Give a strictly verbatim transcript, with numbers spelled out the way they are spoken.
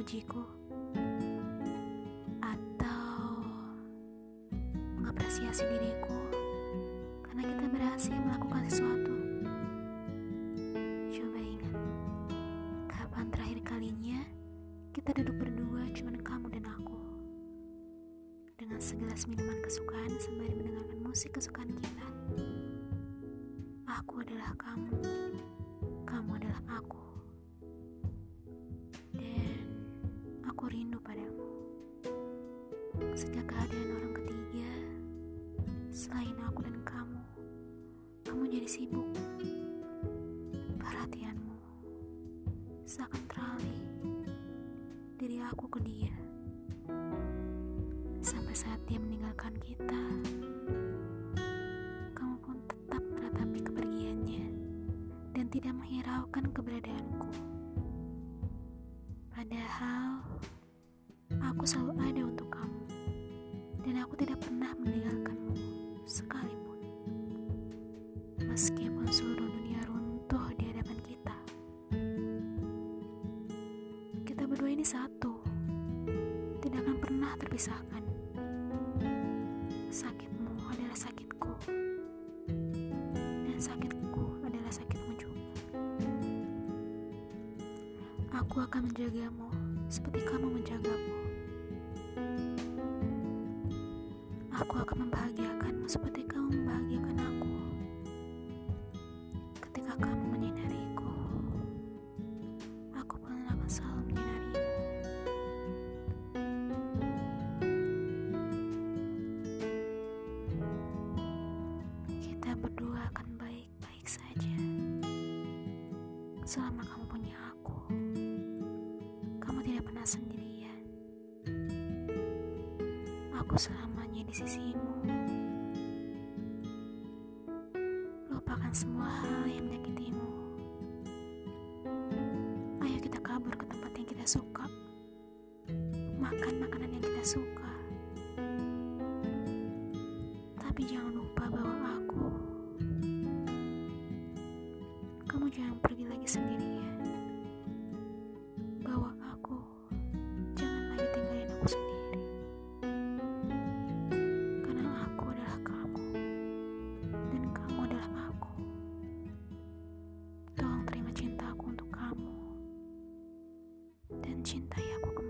memujiku atau mengapresiasi diriku karena kita berhasil melakukan sesuatu. Coba ingat, kapan terakhir kalinya kita duduk berdua cuman kamu dan aku, dengan segelas minuman kesukaan sembari mendengarkan musik kesukaan kita. Aku adalah kamu, kamu adalah aku, dan aku rindu padamu. Sejak kehadiran orang ketiga selain aku dan kamu, kamu jadi sibuk. Perhatianmu seakan teralih dari aku ke dia, sampai saat dia meninggalkan kita. Kamu pun tetap meratapi kepergiannya dan tidak menghiraukan keberadaanku. Padahal aku selalu ada untuk kamu, dan aku tidak pernah meninggalkanmu sekalipun. Meskipun seluruh dunia runtuh di hadapan kita, kita berdua ini satu, tidak akan pernah terpisahkan. Sakitmu adalah sakitku, dan sakitku adalah sakitmu juga. Aku akan menjagamu seperti kamu menjagaku. Aku akan membahagiakanmu seperti kamu membahagiakan aku. Ketika kamu menyinariku, aku pun akan selalu menyinarimu. Kita berdua akan baik-baik saja selama kamu punya aku. Kamu tidak pernah sendirian. Aku selamanya di sisimu. Lupakan semua hal yang menyakitimu. Ayo kita kabur ke tempat yang kita suka, makan makanan yang kita suka. Tapi jangan lupa bawa aku. Kamu jangan pergi lagi sendirian. Bawa aku. Jangan lagi tinggalin aku sendiri. Karena aku adalah kamu, dan kamu adalah aku. Tolong terima cintaku untuk kamu, dan cintai aku kembali.